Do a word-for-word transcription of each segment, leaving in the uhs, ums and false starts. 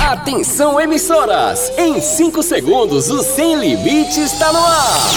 Atenção, emissoras! Em cinco segundos, o Sem Limite está no ar!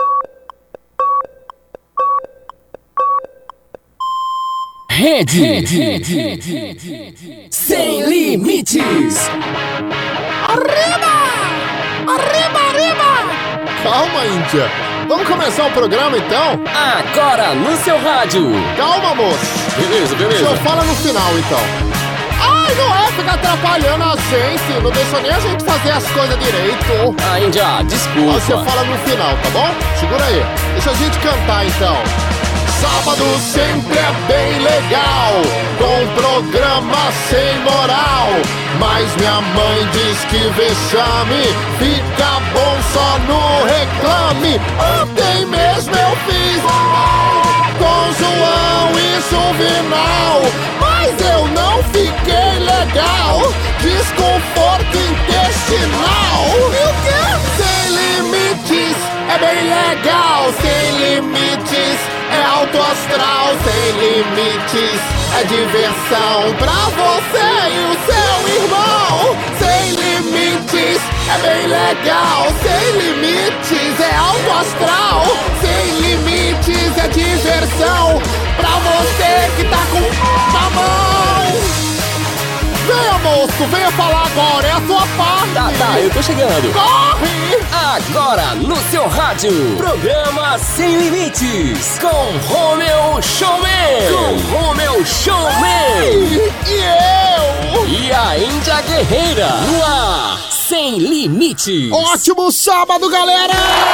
Rede, Rede, Rede, Rede. Sem Limites! Arriba! Arriba, arriba! Calma, Índia! Vamos começar o programa, então? Agora no seu rádio! Calma, moço! Beleza, beleza. O senhor fala no final, então. Ai, não é ficar atrapalhando a gente, não deixa nem a gente fazer as coisas direito. Ah, Índia, desculpa. Você fala no final, tá bom? Segura aí. Deixa a gente cantar, então. Sábado sempre é bem legal, com programa sem moral. Mas minha mãe diz que vexame fica bom só no reclame. Ontem mesmo eu fiz com João e Juvenal, mas eu não fiquei legal. Desconforto intestinal. E o quê? Sem limites é bem legal. Sem limites é alto astral. Sem limites é diversão pra você e o seu irmão. Sem limites é bem legal. Sem limites é alto astral. Sem limites é diversão pra você que tá com na mão. Venha, moço, venha falar agora, é a sua parte. Tá, tá, eu tô chegando. Corre! Agora no seu rádio, programa Sem Limites, com Romeu Showman. Com Romeu Showman. E eu? E a Índia Guerreira, no ar, Sem Limites. Ótimo sábado, galera!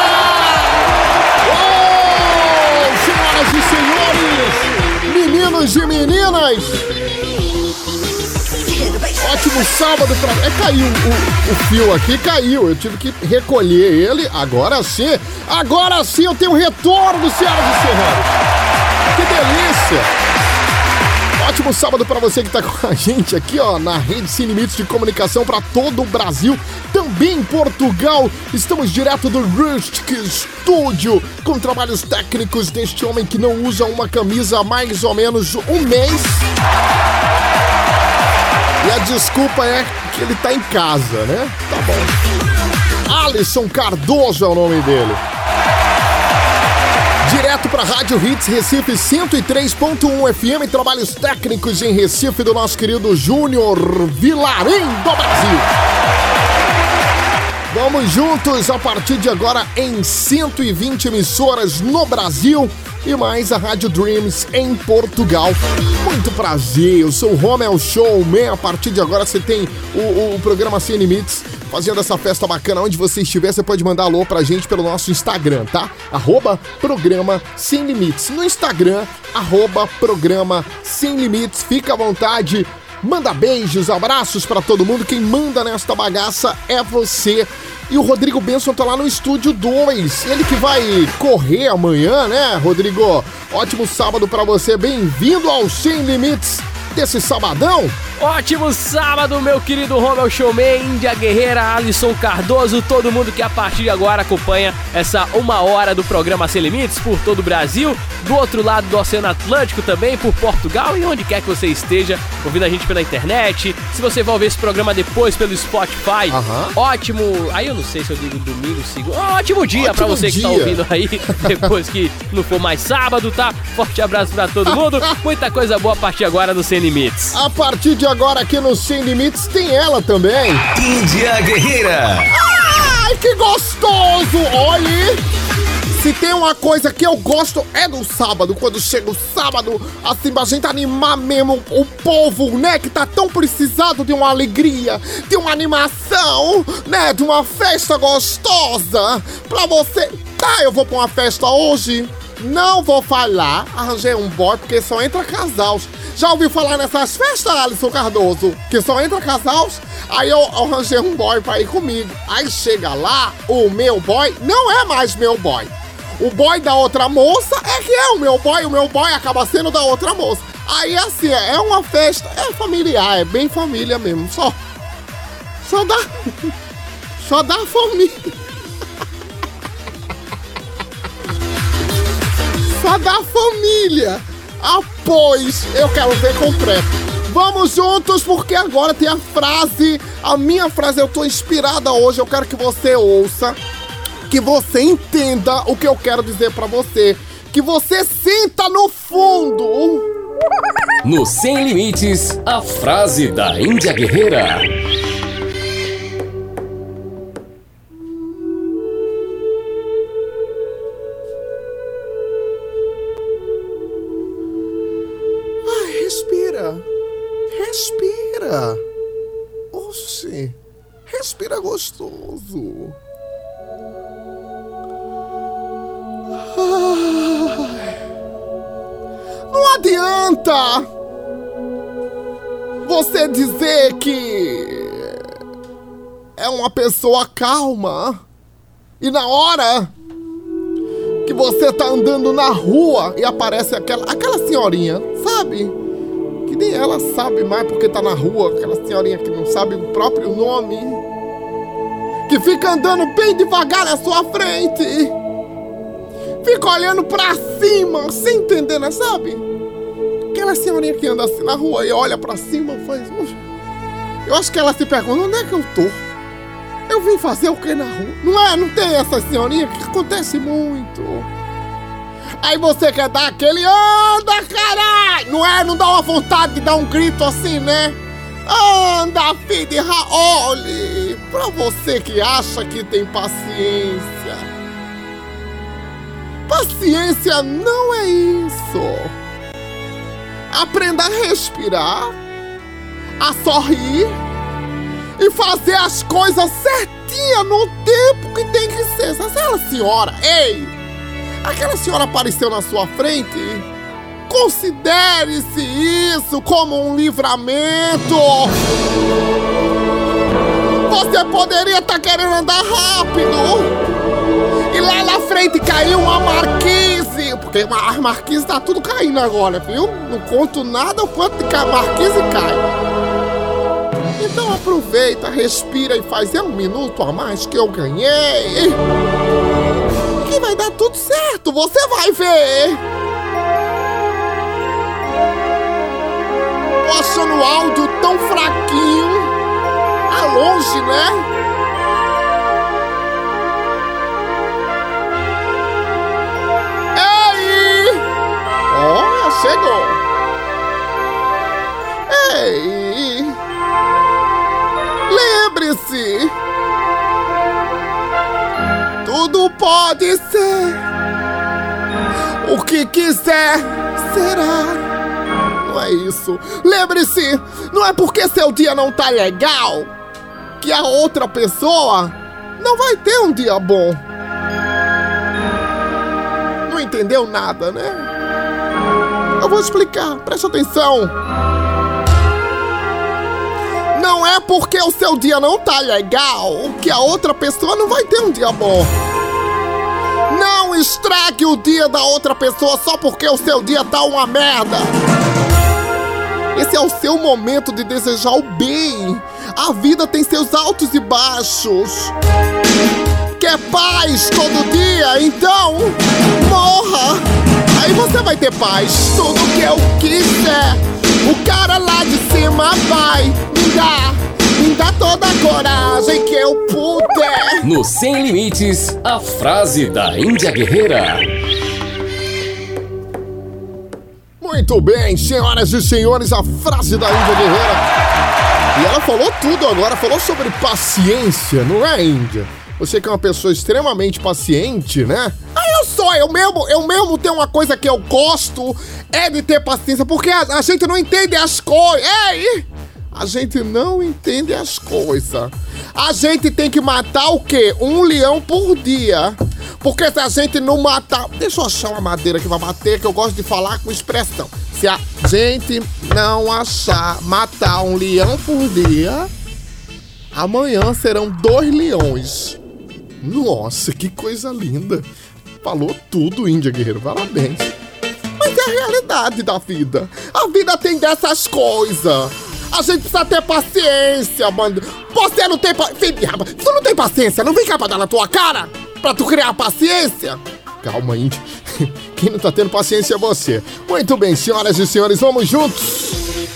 Oh, senhoras e senhores, meninos e meninas, ótimo sábado pra... É, caiu o, o fio aqui, caiu. Eu tive que recolher ele. Agora sim, agora sim eu tenho retorno, senhoras e senhores. Que delícia! Ótimo sábado pra você que tá com a gente aqui, ó, na Rede Sem Limites de Comunicação pra todo o Brasil. Também em Portugal. Estamos direto do Rustic Studio, com trabalhos técnicos deste homem que não usa uma camisa há mais ou menos um mês. E a desculpa é que ele tá em casa, né? Tá bom. Alisson Cardoso é o nome dele. Direto pra Rádio Hits Recife cento e três ponto um F M, trabalhos técnicos em Recife do nosso querido Júnior Vilarim do Brasil. Vamos juntos a partir de agora em cento e vinte emissoras no Brasil e mais a Rádio Dreams em Portugal. Muito prazer, eu sou o Romeu Showman. A partir de agora você tem o, o, o programa Sem Limites fazendo essa festa bacana. Onde você estiver, você pode mandar alô pra gente pelo nosso Instagram, tá? Arroba Programa Sem Limites. No Instagram, arroba Programa Sem Limites. Fica à vontade. Manda beijos, abraços pra todo mundo. Quem manda nesta bagaça é você. E o Rodrigo Benson tá lá no Estúdio dois. Ele que vai correr amanhã, né, Rodrigo? Ótimo sábado pra você. Bem-vindo ao Sem Limites desse sabadão. Ótimo sábado, meu querido Romeu Showman, Índia Guerreira, Alisson Cardoso, todo mundo que a partir de agora acompanha essa uma hora do programa Sem Limites por todo o Brasil, do outro lado do Oceano Atlântico também, por Portugal e onde quer que você esteja, ouvindo a gente pela internet. Se você vai ouvir esse programa depois pelo Spotify, uhum. Ótimo, aí eu não sei se eu digo domingo, segundo, ótimo dia ótimo pra você dia. Que tá ouvindo aí, depois que não for mais sábado, tá? Forte abraço pra todo mundo, muita coisa boa a partir de agora no Sem Limites. A partir de agora aqui no Sem Limites tem ela também, Índia Guerreira. Ai, que gostoso! Olha, se tem uma coisa que eu gosto é do sábado, quando chega o sábado, assim, pra gente animar mesmo o povo, né, que tá tão precisado de uma alegria, de uma animação, né, de uma festa gostosa, pra você... Tá, eu vou pra uma festa hoje, não vou falar, arranjei um boy, porque só entra casais. Já ouviu falar nessas festas, Alisson Cardoso? Que só entra casais? Aí eu arranjei um boy pra ir comigo. Aí chega lá, o meu boy não é mais meu boy. O boy da outra moça é que é o meu boy, o meu boy acaba sendo da outra moça. Aí assim, é uma festa, é familiar, é bem família mesmo, só. Só dá... Só dá família. Só da família. Após, eu quero ver completo. Vamos juntos, porque agora tem a frase, a minha frase, eu tô inspirada hoje, eu quero que você ouça, que você entenda o que eu quero dizer pra você, que você sinta no fundo. No Sem Limites, a frase da Índia Guerreira. Ai, respira. Respira. Oxi, respira gostoso. Ai. Não adianta você dizer que é uma pessoa calma e na hora que você tá andando na rua e aparece aquela, aquela senhorinha, sabe? Que nem ela sabe mais porque tá na rua, aquela senhorinha que não sabe o próprio nome, que fica andando bem devagar na sua frente, fica olhando pra cima, sem entender, né, sabe? Aquela senhorinha que anda assim na rua e olha pra cima, faz... Eu acho que ela se pergunta, onde é que eu tô? Eu vim fazer o que na rua? Não é? Não tem essa senhorinha que acontece muito. Aí você quer dar aquele, anda, caralho! Não é? Não dá uma vontade de dar um grito assim, né? Anda, filho de Raul! Pra você que acha que tem paciência. Paciência não é isso. Aprenda a respirar, a sorrir e fazer as coisas certinhas no tempo que tem que ser. Aquela senhora, ei, aquela senhora apareceu na sua frente, considere-se isso como um livramento. Você poderia estar querendo andar rápido e lá na frente caiu uma marquise, porque as marquises tá tudo caindo agora, viu? Não conto nada o quanto de marquise cai. Então aproveita, respira e faz é um minuto a mais que eu ganhei. Que vai dar tudo certo, você vai ver. Tô achando o áudio tão fraquinho. Tá longe, né? Olha, chegou! Ei! Lembre-se! Tudo pode ser! O que quiser será! Não é isso! Lembre-se! Não é porque seu dia não tá legal que a outra pessoa não vai ter um dia bom! Não entendeu nada, né? Eu vou explicar, preste atenção. Não é porque o seu dia não tá legal que a outra pessoa não vai ter um dia bom. Não estrague o dia da outra pessoa só porque o seu dia tá uma merda. Esse é o seu momento de desejar o bem. A vida tem seus altos e baixos. Quer paz todo dia? Então, morra! Aí você vai ter paz. Tudo que eu quiser, o cara lá de cima vai me dar. Me dá toda a coragem que eu puder. No Sem Limites, a frase da Índia Guerreira. Muito bem, senhoras e senhores, a frase da Índia Guerreira. E ela falou tudo agora, falou sobre paciência, não é, Índia? Você que é uma pessoa extremamente paciente, né? Ah, eu sou, eu mesmo, eu mesmo tenho uma coisa que eu gosto, é de ter paciência, porque a, a gente não entende as coisas. Ei! A gente não entende as coisas. A gente tem que matar o quê? Um leão por dia. Porque se a gente não matar... Deixa eu achar uma madeira que vai bater, que eu gosto de falar com expressão. Se a gente não achar matar um leão por dia, amanhã serão dois leões. Nossa, que coisa linda. Falou tudo, Índia Guerreiro, parabéns. Mas é a realidade da vida. A vida tem dessas coisas. A gente precisa ter paciência, mano. Você não tem paciência. Tu não tem paciência, não vem cá pra dar na tua cara pra tu criar paciência. Calma, Índia. Quem não tá tendo paciência é você. Muito bem, senhoras e senhores, vamos juntos.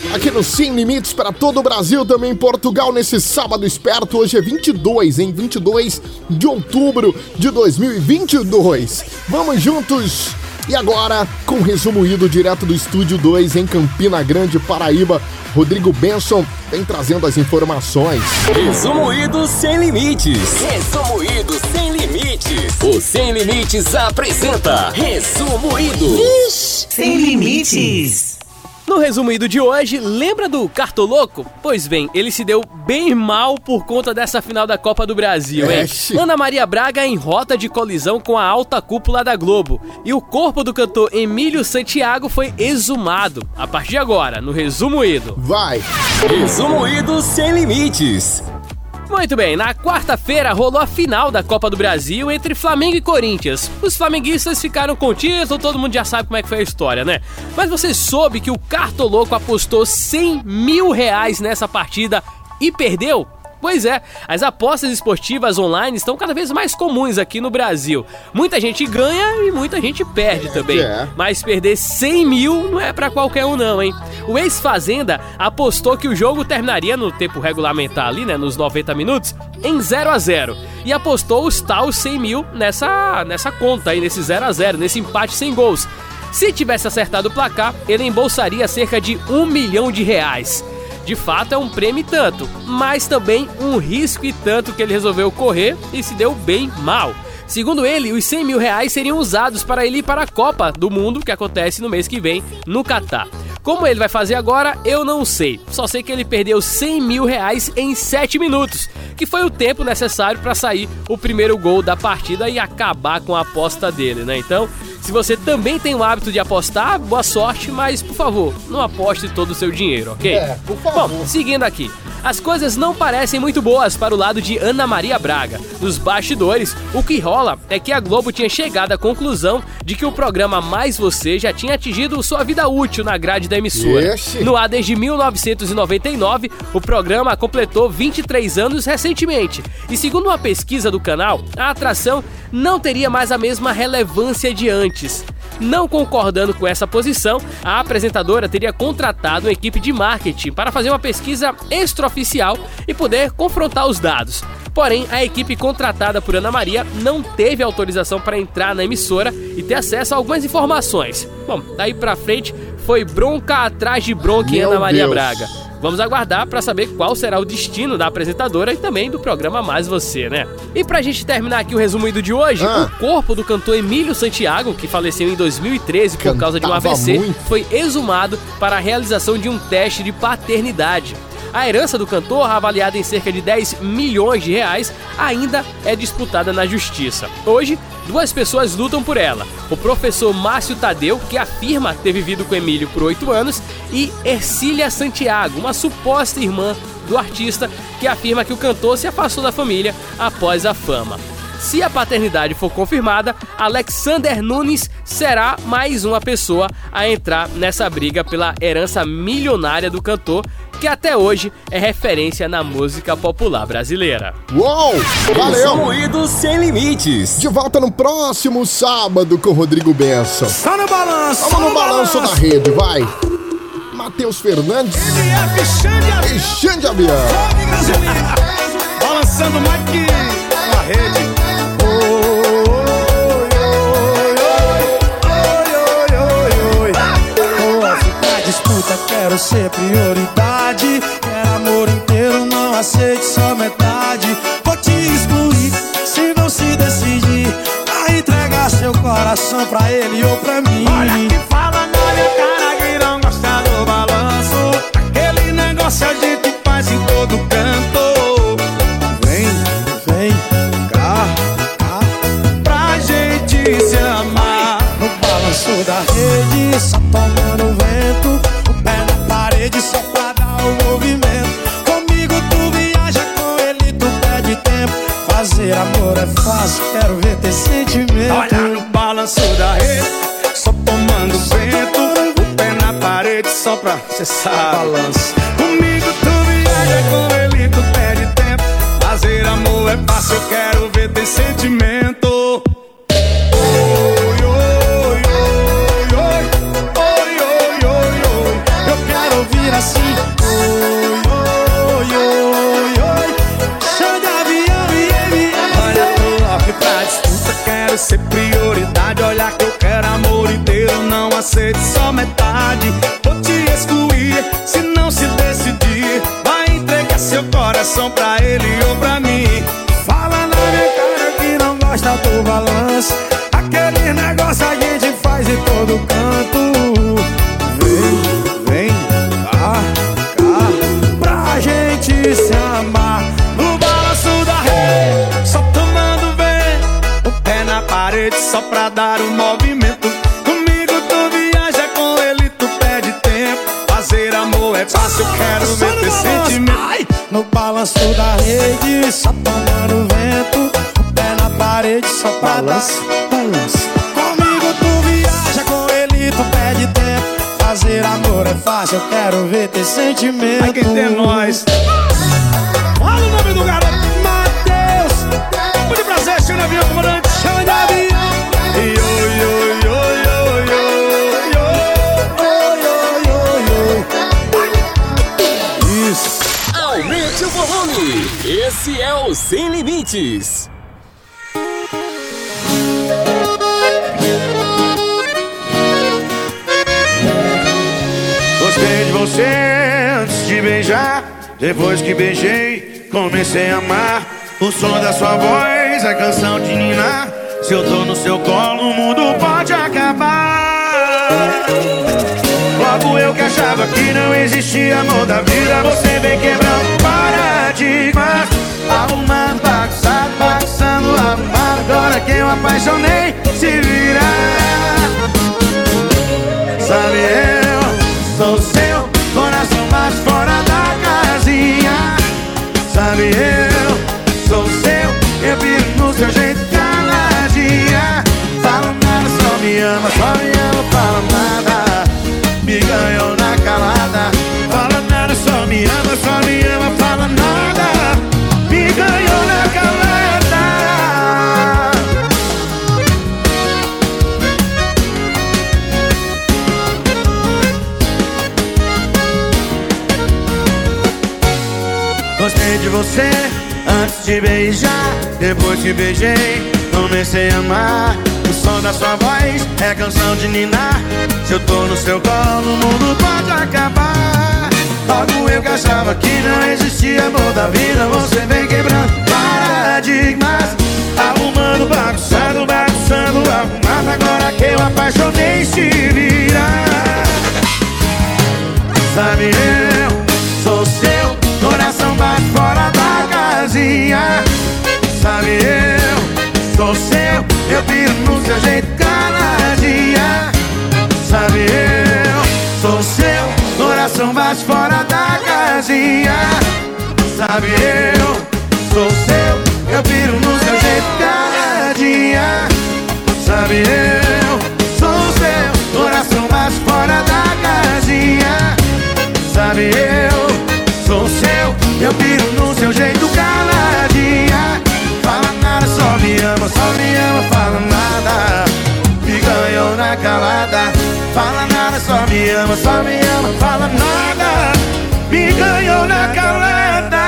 Aqui no Sem Limites para todo o Brasil, também em Portugal, nesse sábado esperto. Hoje é vinte e dois, hein? vinte e dois de outubro de dois mil e vinte e dois. Vamos juntos! E agora, com o resumo ido direto do Estúdio dois em Campina Grande, Paraíba, Rodrigo Benson vem trazendo as informações. Resumo ido Sem Limites. Resumo ido Sem Limites. O Sem Limites apresenta Resumo ido Sem Limites. No resumido de hoje, lembra do Cartoloco? Pois bem, ele se deu bem mal por conta dessa final da Copa do Brasil, hein? É. Ana Maria Braga em rota de colisão com a alta cúpula da Globo. E o corpo do cantor Emílio Santiago foi exumado. A partir de agora, no Resumo Ido. Vai! Resumo ido Sem Limites. Muito bem, na quarta-feira rolou a final da Copa do Brasil entre Flamengo e Corinthians. Os flamenguistas ficaram com o título, todo mundo já sabe como é que foi a história, né? Mas você soube que o Cartoloco apostou cem mil reais nessa partida e perdeu? Pois é, as apostas esportivas online estão cada vez mais comuns aqui no Brasil. Muita gente ganha e muita gente perde também. É. Mas perder cem mil não é pra qualquer um não, hein? O ex-Fazenda apostou que o jogo terminaria no tempo regulamentar ali, né, nos noventa minutos, em zero a zero. E apostou os tal cem mil nessa, nessa conta aí, nesse zero a zero, nesse empate sem gols. Se tivesse acertado o placar, ele embolsaria cerca de um milhão de reais. De fato é um prêmio e tanto, mas também um risco e tanto que ele resolveu correr e se deu bem mal. Segundo ele, os cem mil reais seriam usados para ele ir para a Copa do Mundo, que acontece no mês que vem, no Catar. Como ele vai fazer agora, eu não sei. Só sei que ele perdeu cem mil reais em sete minutos, que foi o tempo necessário para sair o primeiro gol da partida e acabar com a aposta dele, né? Então, se você também tem o hábito de apostar, boa sorte, mas, por favor, não aposte todo o seu dinheiro, ok? É, por favor. Bom, seguindo aqui. As coisas não parecem muito boas para o lado de Ana Maria Braga. Nos bastidores, o que rola é que a Globo tinha chegado à conclusão de que o programa Mais Você já tinha atingido sua vida útil na grade da emissora. Ixi. No ar desde mil novecentos e noventa e nove, o programa completou vinte e três anos recentemente. E segundo uma pesquisa do canal, a atração não teria mais a mesma relevância de antes. Não concordando com essa posição, a apresentadora teria contratado uma equipe de marketing para fazer uma pesquisa extraoficial e poder confrontar os dados. Porém, a equipe contratada por Ana Maria não teve autorização para entrar na emissora e ter acesso a algumas informações. Bom, daí pra frente foi bronca atrás de bronca em Meu Ana Maria Deus. Braga. Vamos aguardar para saber qual será o destino da apresentadora e também do programa Mais Você, né? E pra gente terminar aqui o resumido de hoje, Ah. o corpo do cantor Emílio Santiago, que faleceu em dois mil e treze por causa de um A V C, muito. foi exumado para a realização de um teste de paternidade. A herança do cantor, avaliada em cerca de dez milhões de reais, ainda é disputada na justiça. Hoje, duas pessoas lutam por ela. O professor Márcio Tadeu, que afirma ter vivido com Emílio por oito anos, e Ercília Santiago, uma suposta irmã do artista, que afirma que o cantor se afastou da família após a fama. Se a paternidade for confirmada, Alexander Nunes será mais uma pessoa a entrar nessa briga pela herança milionária do cantor, que até hoje é referência na música popular brasileira. Uou! Valeu! Resumo ido Sem Limites. De volta no próximo sábado com Rodrigo Benson. Só no balanço, Vamos no balanço da rede, vai! Matheus Fernandes e Xande Avião. balançando mais que uma rede. Disputa, quero ser prioridade. Quero amor inteiro, não aceite só metade. Vou te excluir se não se decidir a entregar seu coração pra ele ou pra mim. Olha que fala na minha cara que não gosta do balanço. Aquele negócio a gente faz em todo canto. Vem, vem cá, cá, pra gente se amar. No balanço da rede, só tomando vento. Só pra dar o movimento. Comigo tu viaja, com ele tu perde tempo. Fazer amor é fácil, quero ver ter sentimento. Olha no balanço da rede, só tomando vento. O pé na parede só pra cessar balanço. Comigo tu viaja, com ele tu perde tempo. Fazer amor é fácil, eu quero ver ter sentimento. Assim ser prioridade. Olha que eu quero amor inteiro, não aceito só metade. Vou te excluir se não se decidir. Vai entregar seu coração pra ele ou pra mim. Fala na minha cara que não gosta do balanço. Aquele negócio a gente faz em todo canto. Vem, vem, cá, cá, pra gente se amar. No balanço da rede, só tomando vento, o pé na parede só pra dar o movimento. Comigo tu viaja, com ele tu perde tempo. Fazer amor é fácil, eu quero ver teu sentimento. Ai! No balanço da rede, só tomando vento, o pé na parede só pra balanço, dar balanço. Comigo tu viaja, com ele tu perde tempo. Fazer amor é fácil, eu quero ver teu sentimento. Ai, quem tem nós? Fala o nome do garoto, Matheus. Muito prazer, chama de avião, comandante, chama de avião. Yo, yo, yo, yo, yo, yo, yo, yo. Isso. Aumente o volume. Esse é o Sem Limites. Gostei de você antes de beijar. Depois que beijei, comecei a amar. O som da sua voz é canção de ninar. Se eu tô no seu colo, o mundo pode acabar. Logo eu que achava que não existia amor da vida, você vem quebrando paradigmas. Arrumando, bagunçado, bagunçando, arrumado. Agora que eu apaixonei, se virar. Sabe, eu sou seu coração mais fora da casinha. Sabe, eu sou seu, eu vivo no seu jeito caladinha. Fala nada, só me ama, só me ama, fala nada. Me ganhou na calada. Fala nada, só me ama, só me ama, fala nada. Me ganhou na calada. Gostei de você antes de beijar. Depois que beijei, comecei a amar. O som da sua voz é canção de ninar. Se eu tô no seu colo, o mundo pode acabar. Logo eu que achava que não existia amor da vida, você vem quebrando paradigmas. Arrumando, bagunçando, bagunçando, arrumado. Agora que eu apaixonei, se vira. Sabe, eu sou seu coração bate fora da casinha. Sabe, eu sou seu, eu piro no seu jeito caladinha. Sabe, eu sou seu coração bate fora da casinha. Sabe, eu sou seu, eu piro no seu jeito caladinha. Sabe, eu sou seu coração bate fora da casinha. Sabe, eu sou seu, eu piro no seu jeito caladinha. Fala nada, só me ama, só me ama, fala nada. Me ganhou na calada. Fala nada, só me ama, só me ama, fala nada. Me ganhou na calada.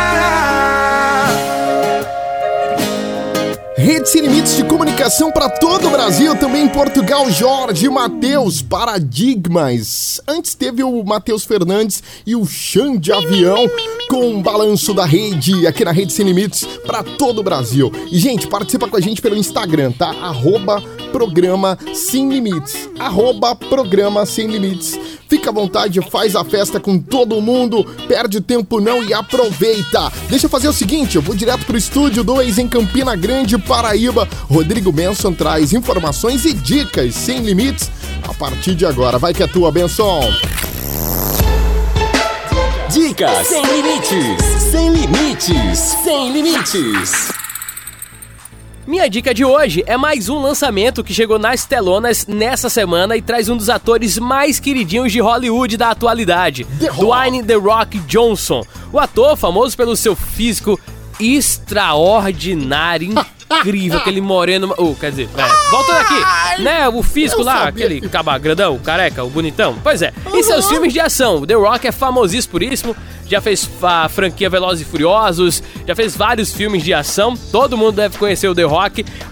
Rede Sem Limites de comunicação para todo o Brasil, também em Portugal, Jorge Matheus, Paradigmas. Antes teve o Matheus Fernandes e o Chão de Avião com o Balanço da Rede, aqui na Rede Sem Limites para todo o Brasil. E, gente, participa com a gente pelo Instagram, tá? Arroba Programa Sem Limites. Arroba Programa Sem Limites. Fica à vontade, faz a festa com todo mundo, perde tempo não e aproveita. Deixa eu fazer o seguinte, eu vou direto pro estúdio dois em Campina Grande, Paraíba. Rodrigo Benson traz informações e dicas sem limites a partir de agora. Vai que é tua, Benson. Dicas sem limites, sem limites, sem limites. Minha dica de hoje é mais um lançamento que chegou nas telonas nessa semana e traz um dos atores mais queridinhos de Hollywood da atualidade, Dwayne The Rock Johnson. O ator, famoso pelo seu físico extraordinário, incrível, aquele moreno... Oh, quer dizer, é, voltando aqui, né, o físico lá, aquele caba grandão, o careca, o bonitão. Pois é, em seus filmes de ação, The Rock é famosíssimo por isso. Já fez a franquia Velozes e Furiosos, já fez vários filmes de ação, todo mundo deve conhecer o The Rock. Bom,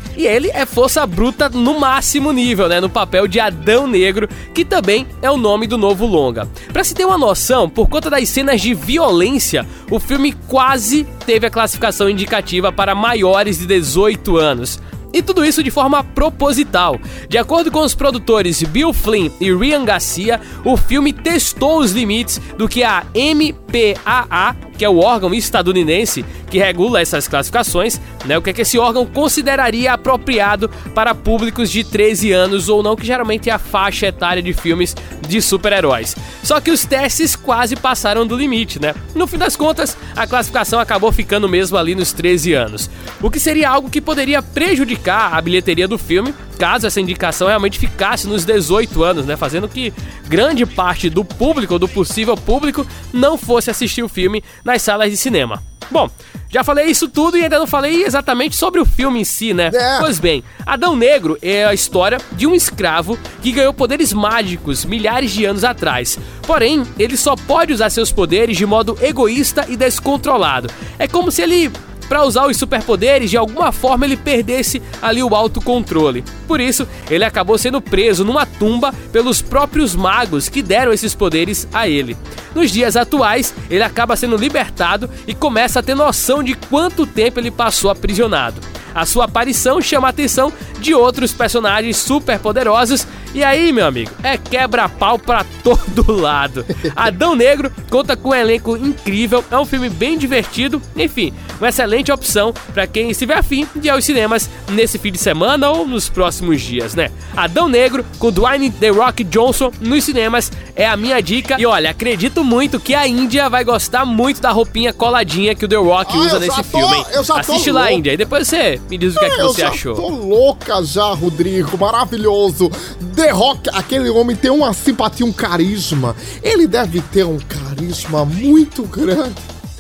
E ele é força bruta no máximo nível, né, no papel de Adão Negro, que também é o nome do novo longa. Pra se ter uma noção, por conta das cenas de violência, o filme quase teve a classificação indicativa para maiores de dezoito anos. E tudo isso de forma proposital. De acordo com os produtores Bill Flynn e Ryan Garcia, o filme testou os limites do que a M P A A, que é o órgão estadunidense que regula essas classificações, né, o que é que esse órgão consideraria apropriado para públicos de treze anos ou não, que geralmente é a faixa etária de filmes de super-heróis. Só que os testes quase passaram do limite, né? No fim das contas, a classificação acabou ficando mesmo ali nos treze anos. O que seria algo que poderia prejudicar a bilheteria do filme, caso essa indicação realmente ficasse nos dezoito anos, né? Fazendo que grande parte do público, ou do possível público, não fosse assistir o filme nas salas de cinema. Bom, já falei isso tudo e ainda não falei exatamente sobre o filme em si, né? É. Pois bem, Adão Negro é a história de um escravo que ganhou poderes mágicos milhares de anos atrás. Porém, ele só pode usar seus poderes de modo egoísta e descontrolado. É como se ele, para usar os superpoderes, de alguma forma ele perdesse ali o autocontrole. Por isso, ele acabou sendo preso numa tumba pelos próprios magos que deram esses poderes a ele. Nos dias atuais, ele acaba sendo libertado e começa a ter noção de quanto tempo ele passou aprisionado. A sua aparição chama a atenção de outros personagens super poderosos. E aí, meu amigo, é quebra-pau pra todo lado. Adão Negro conta com um elenco incrível, é um filme bem divertido, enfim, uma excelente opção pra quem estiver afim de ir aos cinemas nesse fim de semana ou nos próximos dias, né? Adão Negro, com Dwayne The Rock Johnson nos cinemas, é a minha dica. E olha, acredito muito que a Índia vai gostar muito da roupinha coladinha que o The Rock ah, usa nesse tô, filme, hein? Assiste lá, Índia, e depois você me diz o que é que você achou. Eu já tô louca já, Rodrigo, maravilhoso. The Rock, aquele homem tem uma simpatia, um carisma. Ele deve ter um carisma muito grande.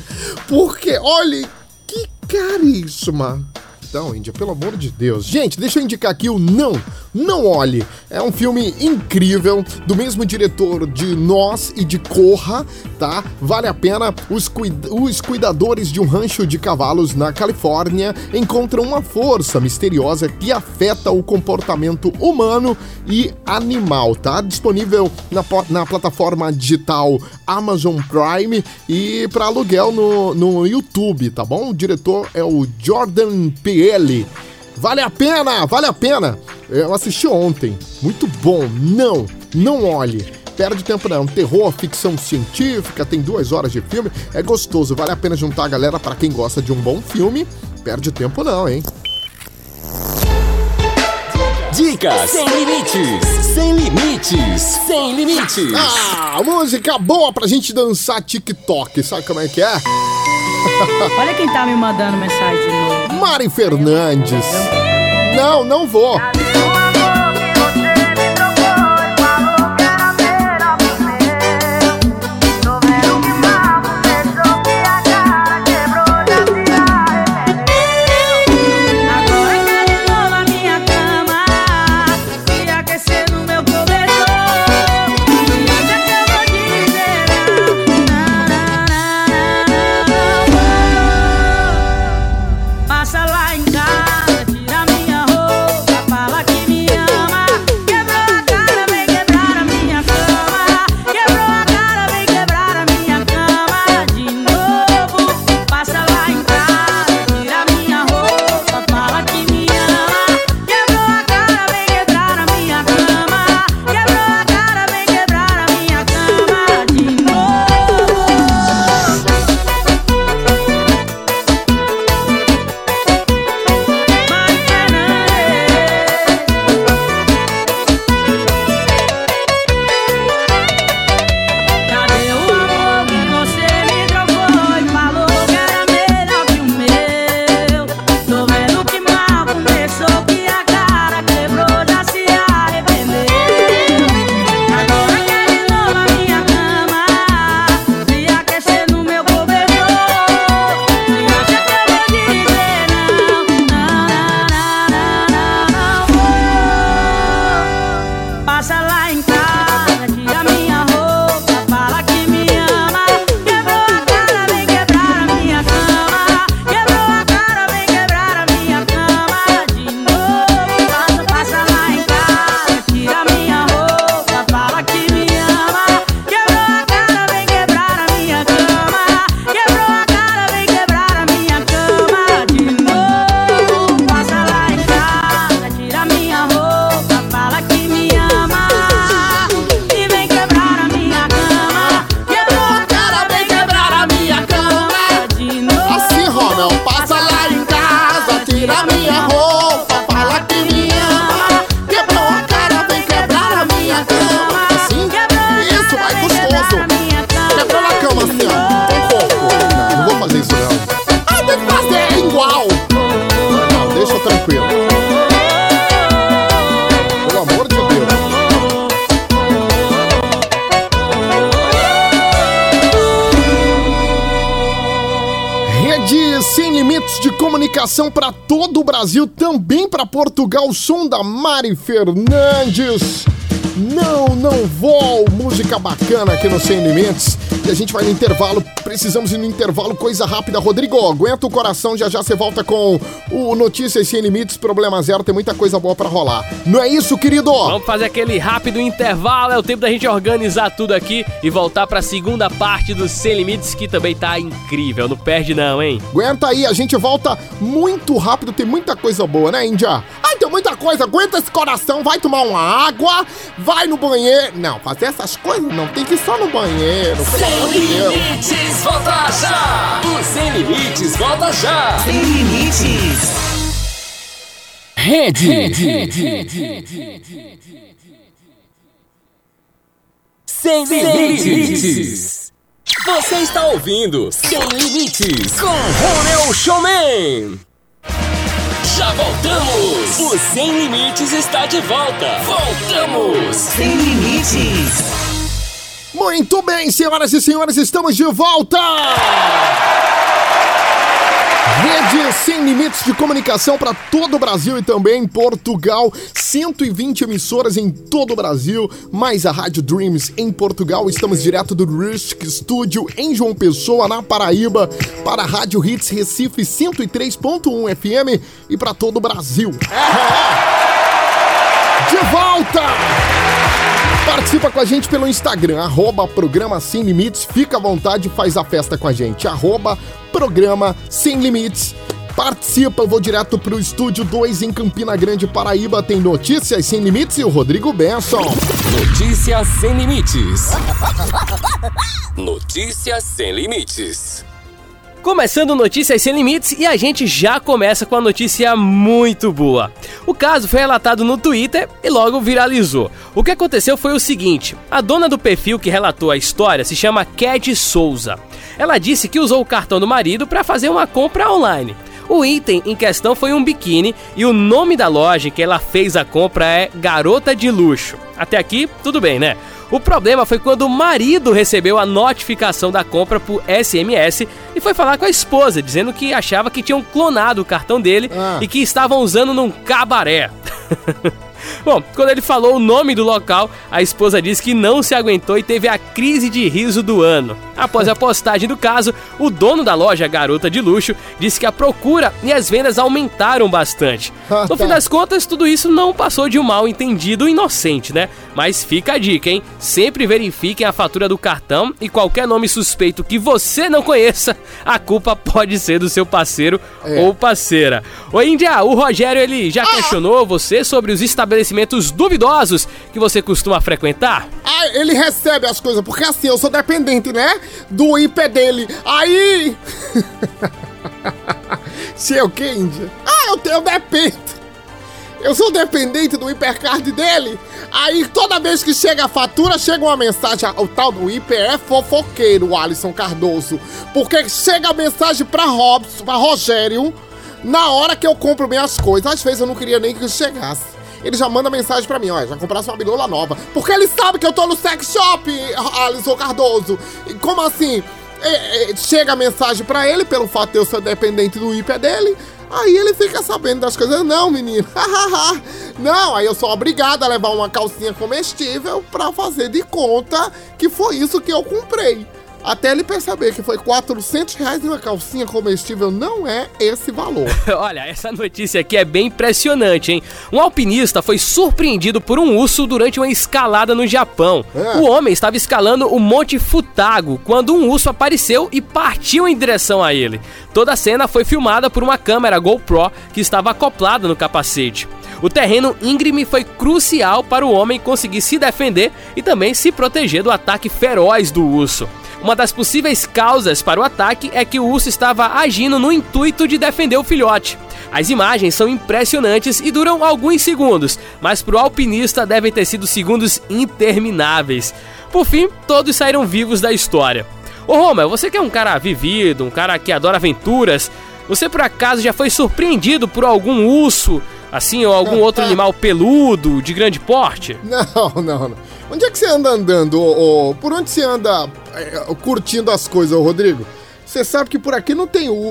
Porque, olha, que carisma. Então, Índia, pelo amor de Deus. Gente, deixa eu indicar aqui o Não, Não Olhe. É um filme incrível, do mesmo diretor de Nós e de Corra, tá? Vale a pena. Os, cuida- os cuidadores de um rancho de cavalos na Califórnia encontram uma força misteriosa que afeta o comportamento humano e animal, tá? Disponível na, na plataforma digital Amazon Prime e para aluguel no, no YouTube, tá bom? O diretor é o Jordan Peele. Vale a pena, vale a pena. Eu assisti ontem, muito bom. Não, não olhe. Perde tempo não, terror, ficção científica, tem duas horas de filme, é gostoso, vale a pena juntar a galera para quem gosta de um bom filme. Perde tempo não, hein? Dicas sem limites, sem limites, sem limites. Ah, música boa pra gente dançar TikTok, sabe como é que é? Olha quem tá me mandando mensagem de novo. Mari Fernandes. Não, não vou. Passa lá em casa, tira minha roupa, fala Sem Limites de comunicação para todo o Brasil, também para Portugal, o som da Mari Fernandes. Não, não vou, música bacana aqui no Sem Limites. E a gente vai no intervalo, precisamos ir no intervalo, coisa rápida. Rodrigo, aguenta o coração, já já você volta com o Notícias Sem Limites, Problema Zero, tem muita coisa boa pra rolar. Não é isso, querido? Vamos fazer aquele rápido intervalo, é o tempo da gente organizar tudo aqui e voltar pra segunda parte do Sem Limites, que também tá incrível, não perde não, hein? Aguenta aí, a gente volta muito rápido, tem muita coisa boa, né, Índia? Ai, tem muita coisa, aguenta esse coração, vai tomar uma água, vai no banheiro. Não, fazer essas coisas não, tem que ir só no banheiro. Sem Limites, volta já! O Sem Limites, volta já! Sem Limites. Rede. Sem Limites. Você está ouvindo Sem Limites com Romeu Showman. Já voltamos! O Sem Limites está de volta! Voltamos! Sem Limites. Muito bem, senhoras e senhores, estamos de volta! Rede Sem Limites de comunicação para todo o Brasil e também Portugal. cento e vinte emissoras em todo o Brasil, mais a Rádio Dreams em Portugal. Estamos direto do Risk Studio em João Pessoa, na Paraíba, para a Rádio Hits Recife cento e três ponto um F M e para todo o Brasil. De volta! Participa com a gente pelo Instagram, arroba Programa Sem Limites. Fica à vontade, faz a festa com a gente. Arroba Programa Sem Limites. Participa, eu vou direto pro Estúdio dois em Campina Grande, Paraíba. Tem Notícias Sem Limites e o Rodrigo Benson. Notícias Sem Limites. Notícias Sem Limites. Começando Notícias Sem Limites e a gente já começa com a notícia muito boa. O caso foi relatado no Twitter e logo viralizou. O que aconteceu foi o seguinte: a dona do perfil que relatou a história se chama Ked Souza. Ela disse que usou o cartão do marido para fazer uma compra online. O item em questão foi um biquíni e o nome da loja em que ela fez a compra é Garota de Luxo. Até aqui, tudo bem, né? O problema foi quando o marido recebeu a notificação da compra por S M S e foi falar com a esposa, dizendo que achava que tinham clonado o cartão dele ah. e que estavam usando num cabaré. Bom, quando ele falou o nome do local, a esposa disse que não se aguentou e teve a crise de riso do ano. Após a postagem do caso, o dono da loja Garota de Luxo disse que a procura e as vendas aumentaram bastante. No fim das contas, tudo isso não passou de um mal entendido inocente, né? Mas fica a dica, hein? Sempre verifiquem a fatura do cartão e qualquer nome suspeito que você não conheça, a culpa pode ser do seu parceiro é. ou parceira. Ô Índia, o Rogério, ele já questionou você sobre os estabelecimentos duvidosos que você costuma frequentar? Ah, ele recebe as coisas, porque assim, eu sou dependente, né? Do I P dele. Aí... Se é o que, Índia? Ah, eu, eu dependo. Eu sou dependente do hipercard dele. Aí toda vez que chega a fatura, chega uma mensagem. O tal do I P é fofoqueiro, Alisson Cardoso. Porque chega a mensagem pra Robson, pra Rogério, na hora que eu compro minhas coisas. Às vezes eu não queria nem que chegasse. Ele já manda mensagem pra mim, ó, já comprasse uma bilola nova. Porque ele sabe que eu tô no sex shop, Alisson Cardoso. E como assim? É, é, chega a mensagem pra ele, pelo fato de eu ser dependente do I P dele. Aí ele fica sabendo das coisas. Não, menino. Não, aí eu sou obrigado a levar uma calcinha comestível pra fazer de conta que foi isso que eu comprei. Até ele perceber que foi quatrocentos reais em uma calcinha comestível, não é esse valor. Olha, essa notícia aqui é bem impressionante, hein? Um alpinista foi surpreendido por um urso durante uma escalada no Japão. É. O homem estava escalando o Monte Futago quando um urso apareceu e partiu em direção a ele. Toda a cena foi filmada por uma câmera GoPro que estava acoplada no capacete. O terreno íngreme foi crucial para o homem conseguir se defender e também se proteger do ataque feroz do urso. Uma das possíveis causas para o ataque é que o urso estava agindo no intuito de defender o filhote. As imagens são impressionantes e duram alguns segundos, mas para o alpinista devem ter sido segundos intermináveis. Por fim, todos saíram vivos da história. Ô Roma, você que é um cara vivido, um cara que adora aventuras, você por acaso já foi surpreendido por algum urso, assim, ou algum outro animal peludo, de grande porte? Não, não, não. Onde é que você anda andando? Ô, ô, por onde você anda é, curtindo as coisas, ô, Rodrigo? Você sabe que por aqui não tem u-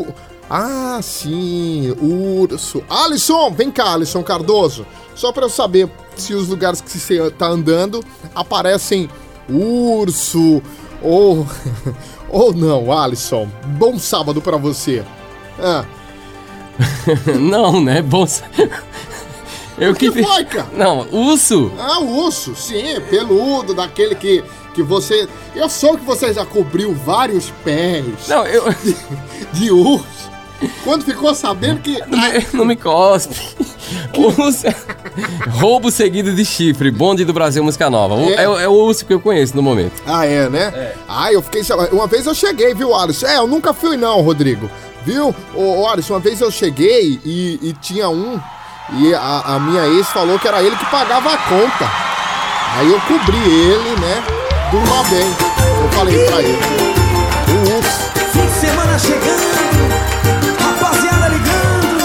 Ah, sim, urso. Alisson, vem cá, Alisson Cardoso. Só pra eu saber se os lugares que você tá andando aparecem urso ou... ou não, Alisson. Bom sábado pra você. Ah. Não, né? Bom... Eu O que que foi, cara? Não, urso. Ah, urso, sim, peludo, daquele que, que você... Eu soube que você já cobriu vários pés. Não, eu... De, de urso. Quando ficou sabendo que... Não me, não me cospe. Urso... Roubo seguido de chifre, bonde do Brasil Música Nova. É, é, é o urso que eu conheço no momento. Ah, é, né? É. Ah, eu fiquei... Uma vez eu cheguei, viu, Alisson? É, eu nunca fui não, Rodrigo. Viu? Ô, ô Alisson, uma vez eu cheguei e, e tinha um... E a, a minha ex falou que era ele que pagava a conta. Aí eu cobri ele, né? Durma bem. Eu falei pra ele. O urso. Fim de semana chegando, rapaziada ligando.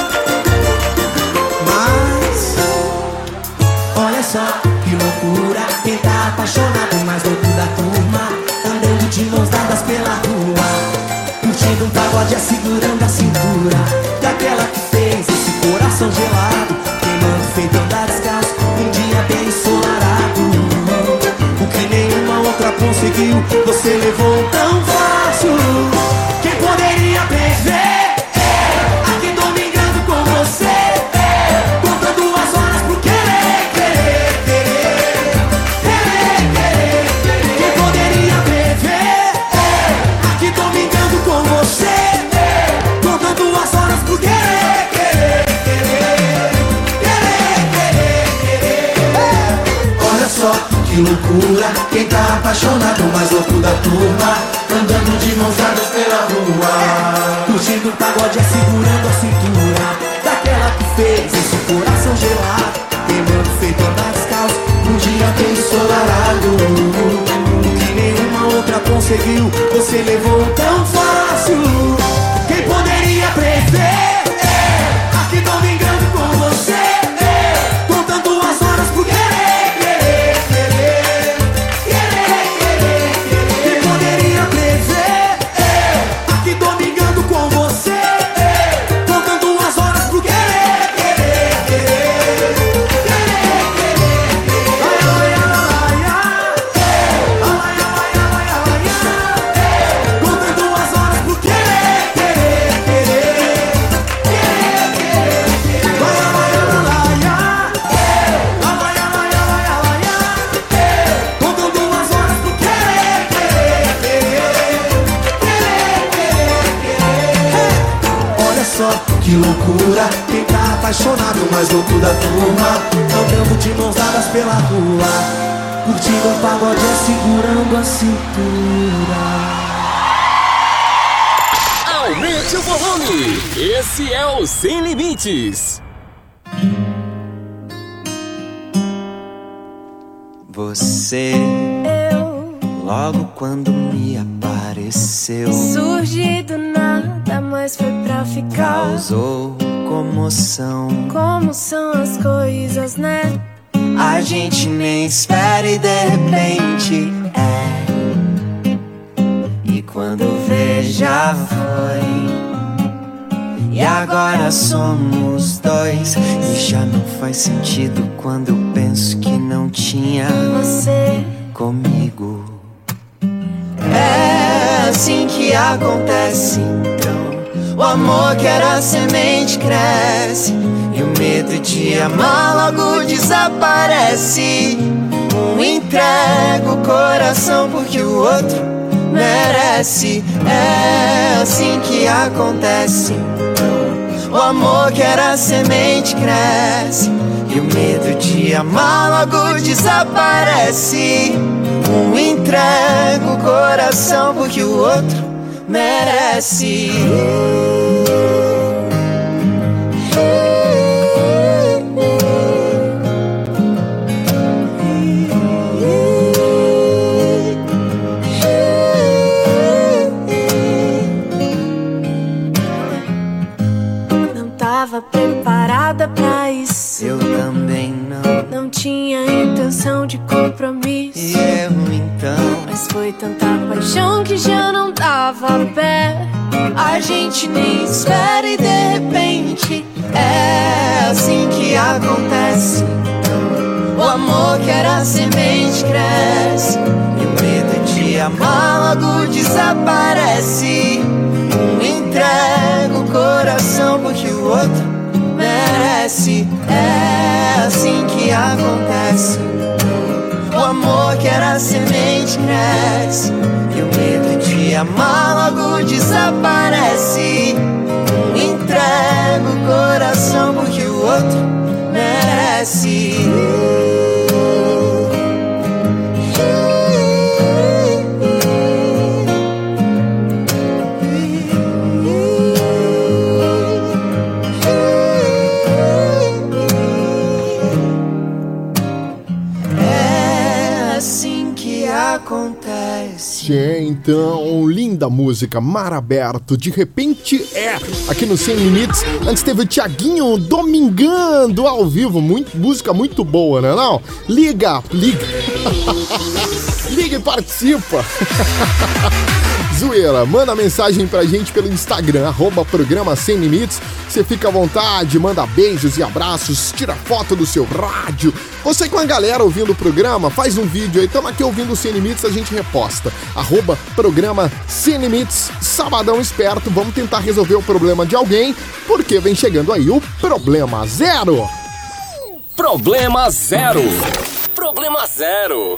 Mas olha só que loucura. Quem tá apaixonado, mais louco da turma, andando de mãos dadas pela rua, curtindo um pagode, segurando a cintura daquela que fez esse coração gelado, queimando feito andar descalço, um dia bem ensolarado. O que nenhuma outra conseguiu, você levou tão fácil. Quem poderia prever? Aqui domingando com você, contando as horas pro querer, querer, querer, querer, querer, querer. Quem poderia prever? Aqui domingando com você, contando as horas pro querer, querer, querer, querer, querer, querer. Olha só que loucura, quem tá apaixonado, mais louco da turma, andando de mãos dadas pela rua, curtindo o pagode, segurando a cintura daquela que fez esse coração gelado, queimando feito andar descalço, um dia bem ensolarado. O que nenhuma outra conseguiu, você levou tão fácil. Quem poderia prever? Aqui domingando com você, contando as horas pro querer, querer, querer, querer, querer, querer. Quem poderia prever? Aqui domingando com você, contando as horas pro querer, querer, querer, querer, querer. Ai, ai, ai, ai, ai, ai, ai, ai, contando as horas pro querer, querer, querer, querer, querer. Vai, ai, ai, ai, ai, ai, ai, ai, ai, contando as horas pro querer, querer, querer, querer, querer, querer. Olha só que loucura, quem tá apaixonado, mais louco da turma, andando de mãos dadas pela rua, curtindo o pagode, segurando a cintura. Aumente o volume. Esse é o Sem Limites. Você, logo quando me apareceu, Surgi do nada, mas foi pra ficar. causou comoção. Como são as coisas, né? A gente nem espera e de repente é. E quando vê já foi. E agora somos dois. E já não faz sentido quando eu penso que não tinha Você, comigo. É assim que acontece então. O amor que era semente cresce e o medo de amar logo desaparece. Um entrega o coração porque o outro merece. É assim que acontece então. O amor que era semente cresce e o medo de amar logo desaparece. Um entrega o coração porque o outro merece. não tava preparada pra isso. Eu também não. Não tinha intenção de compromisso. E eu então, mas foi tanta paixão que já não dava pé. A gente nem espera e de repente é assim que acontece. O amor que era semente cresce e o medo de amar logo desaparece. Um entrega o coração porque o outro merece. É assim que acontece. O amor que era semente cresce e o medo de amar logo desaparece. Um entrega o coração porque o outro merece. Acontece. Então, linda música, Mar Aberto, de repente é, aqui no Sem Limites. Antes teve o Thiaguinho domingando ao vivo, muito, música muito boa, né não? Liga, liga. Liga e participa. Zoeira, manda mensagem pra gente pelo Instagram, arroba Programa Sem Limites. Você fica à vontade, manda beijos e abraços, tira foto do seu rádio. Você com a galera ouvindo o programa, faz um vídeo aí, tamo aqui ouvindo o Sem Limites, a gente reposta. Arroba Programa Sem Limites, sabadão esperto, vamos tentar resolver o problema de alguém, porque vem chegando aí o Problema Zero. Problema Zero. Problema Zero.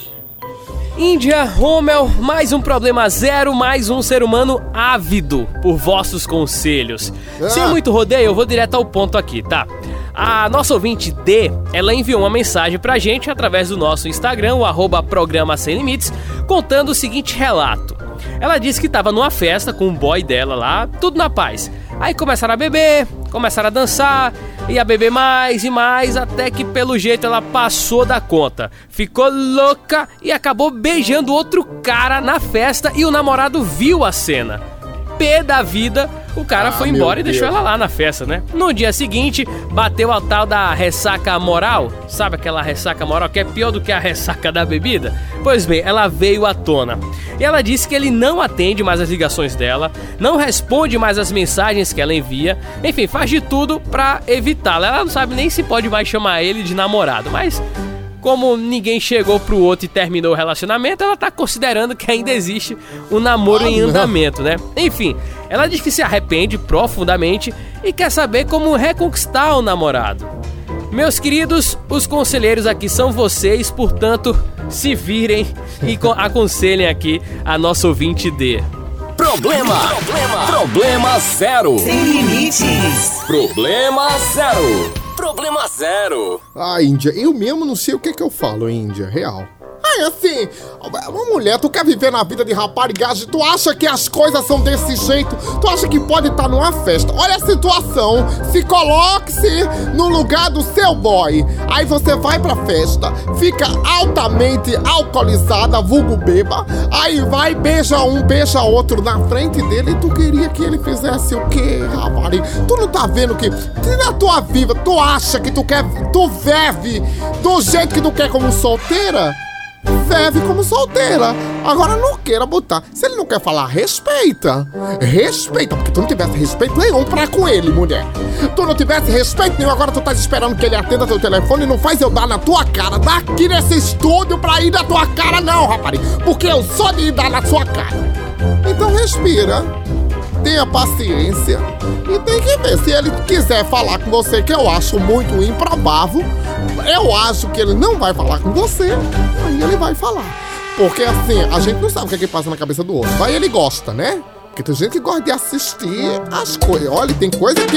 Índia, Rommel, mais um problema zero, mais um ser humano ávido por vossos conselhos. Ah. Sem muito rodeio, eu vou direto ao ponto aqui, tá? A nossa ouvinte D, ela enviou uma mensagem pra gente através do nosso Instagram, o arroba Programa Sem Limites, contando o seguinte relato. Ela disse que tava numa festa com o boy dela lá, tudo na paz. Aí começaram a beber, começaram a dançar, e a beber mais e mais, até que pelo jeito ela passou da conta. Ficou louca e acabou beijando outro cara na festa e o namorado viu a cena. Pé da vida, o cara ah, foi embora e deixou ela lá na festa, né? No dia seguinte, bateu a tal da ressaca moral. Sabe aquela ressaca moral que é pior do que a ressaca da bebida? Pois bem, ela veio à tona. E ela disse que ele não atende mais as ligações dela, não responde mais as mensagens que ela envia, enfim, faz de tudo pra evitá-la. Ela não sabe nem se pode mais chamar ele de namorado, mas como ninguém chegou pro outro e terminou o relacionamento, ela tá considerando que ainda existe um namoro ah, em andamento, né? Enfim, ela diz que se arrepende profundamente e quer saber como reconquistar o namorado. Meus queridos, os conselheiros aqui são vocês, portanto, se virem e aconselhem aqui a nossa ouvinte D. Problema, problema, problema zero. Sem limites. Problema zero. Problema zero. Ah, Índia, eu mesmo não sei o que é que eu falo, Índia, real. Ai, assim, uma mulher, tu quer viver na vida de raparigagem, tu acha que as coisas são desse jeito? Tu acha que pode estar numa festa? Olha a situação, se coloque-se no lugar do seu boy. Aí você vai pra festa, fica altamente alcoolizada, vulgo beba, aí vai, beija um, beija outro na frente dele e tu queria que ele fizesse o quê, rapariga? Tu não tá vendo que na tua vida, tu acha que tu quer, tu vive do jeito que tu quer como solteira? Vive como solteira. Agora não queira botar. Se ele não quer falar, respeita. Respeita, porque tu não tivesse respeito nenhum pra com ele, mulher. Tu não tivesse respeito nenhum, agora tu tá esperando que ele atenda teu telefone e não faz eu dar na tua cara. Daqui nesse estúdio pra ir na tua cara não, rapariga. Porque eu sou de ir dar na sua cara. Então respira. Tenha paciência e tem que ver. Se ele quiser falar com você, que eu acho muito improvável, eu acho que ele não vai falar com você, aí ele vai falar. Porque assim, a gente não sabe o que é que passa na cabeça do outro. Aí ele gosta, né? Porque tem gente que gosta de assistir as coisas. Olha, tem coisa que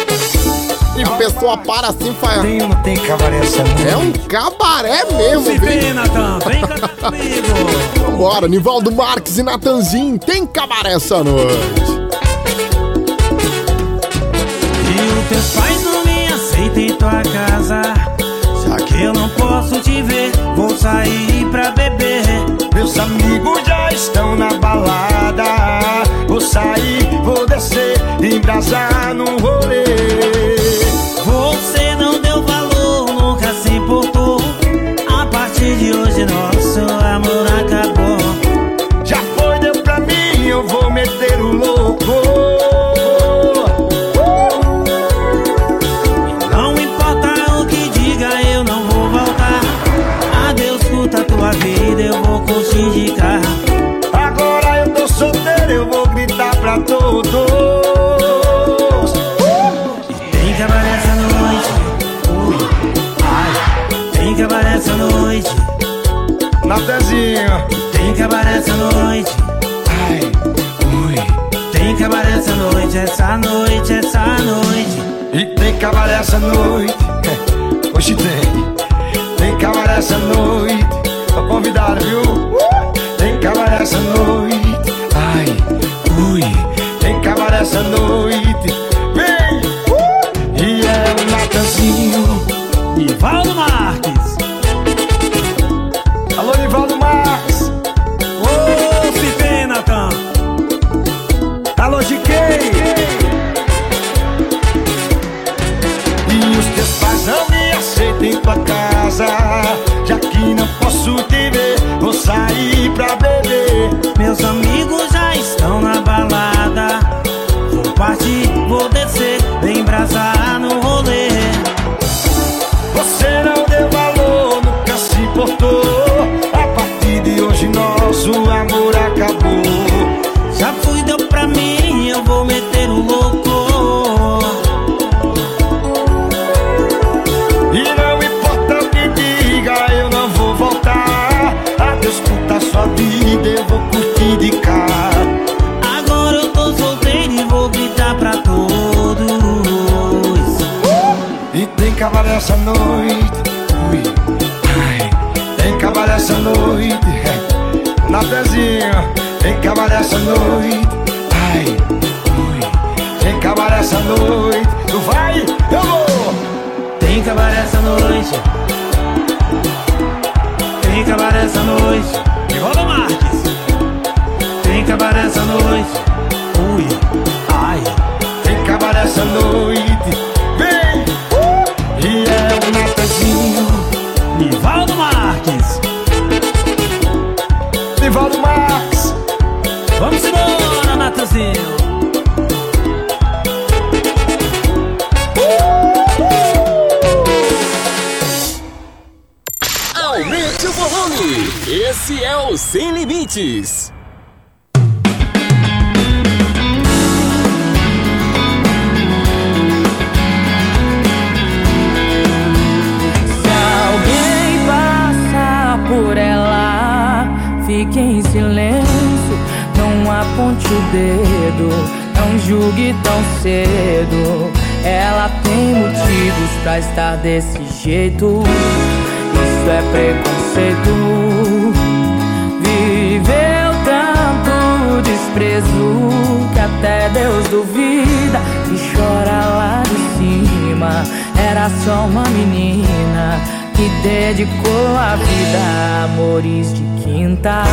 e a pessoa para assim e faz. Tem uma, tem cabaré essa noite. É um cabaré mesmo, viu? Vem, Natan, vem cantar comigo. Vambora, Nivaldo Marques e Natanzinho, tem cabaré essa noite. E teus pais não me aceitam em tua casa, já que eu não posso te ver, vou sair pra beber. Meus amigos já estão na balada, vou sair, vou descer, embrasar no rolê. Você não deu valor, nunca se importou noite, essa noite. E tem cabaré essa noite. Hoje tem. Tem cabaré essa noite. Tô convidado, viu? Tem cabaré essa noite. Ai, ui. Tem cabaré essa noite. Vem! E é o Natanzinho. Nivaldo Marques. Alô, Nivaldo Marques. Ô, se vem, Natan. Alô, Giquei. E os teus pais não me aceitam em tua casa. Já que não posso te ver, vou sair pra beber. Meus amigos já estão na balada. Vou partir, vou descer, bem brasar no rolê. Você não deu valor, nunca se importou. A partir de hoje nosso amor acabou. Já fui, deu pra mim, eu vou meter o louco. E não importa o que diga, eu não vou voltar. Adeus, puta, sua vida, eu vou curtir de cá. Agora eu tô solteiro e vou gritar pra todos. E tem cabaré essa noite. Ui, ai, tem cabaré essa noite. Na pezinha, tem cabaré essa noite. Ai, ui, tem cabaré essa noite. Tu vai, eu vou. Tem cabaré essa noite. Tem cabaré essa noite. Nivaldo Marques. Tem cabaré essa noite. Ui, ai. Tem cabaré essa noite. Vem! E é o Natanzinho. Nivaldo Marques. Nivaldo Marques. Vamos embora, Natanzinho. Aumente o volume. Esse é o Sem Limites. Por ela, fique em silêncio, não aponte o dedo, não julgue tão cedo. Ela tem motivos pra estar desse jeito, isso é preconceito. Viveu tanto desprezo que até Deus duvida e chora lá de cima. Era só uma menina que dedicou a vida a amores de quinta.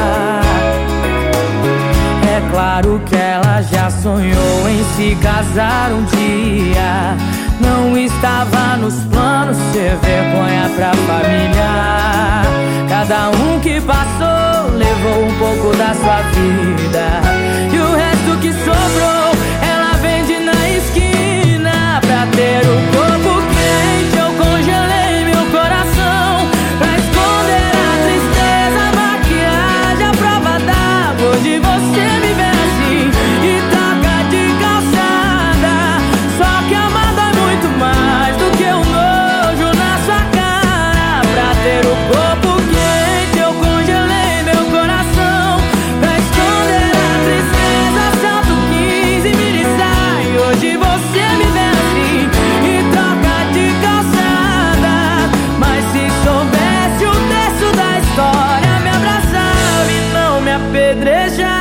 É claro que ela já sonhou em se casar um dia. Não estava nos planos ser vergonha pra família. Cada um que passou levou um pouco da sua vida. E o resto que sobrou ela vende na esquina. Pra ter o corpo quente eu congelei meu coração. Pra esconder a tristeza, a maquiagem, a prova d'água de você me ver assim e toca de calçada. Só que amar dói muito mais do que um nojo na sua cara. Pra ter o corpo quente eu congelei meu coração. Pra esconder a tristeza, salto quinze e mini saia. Hoje você me vê assim e troca de calçada. Mas se soubesse o texto da história, me abraçava e não me apedrejava.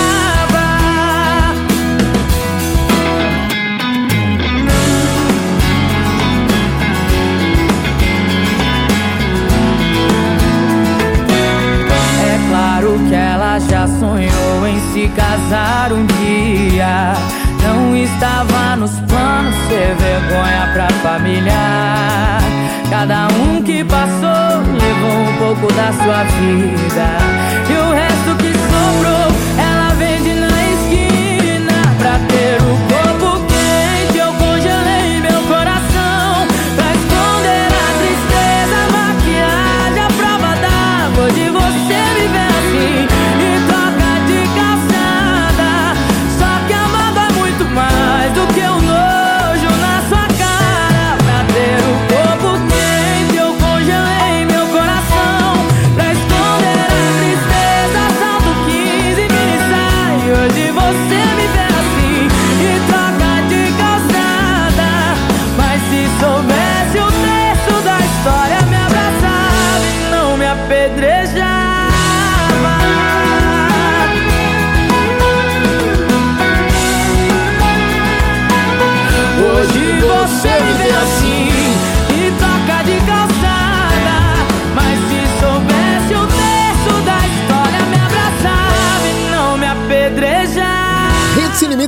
É claro que ela já sonhou em se casar um dia. Não estava nos planos ser vergonha pra família. Cada um que passou levou um pouco da sua vida. E o resto que sobrou ela vende na esquina. Pra ter o corpo quente eu congelei meu coração. Pra esconder a tristeza, a maquiagem, a prova d'água de você me ver assim e troca de calçada. Só que amar dói muito mais do que um nojo na sua cara. Pra ter o corpo quente eu congelei meu coração. Pra esconder a tristeza,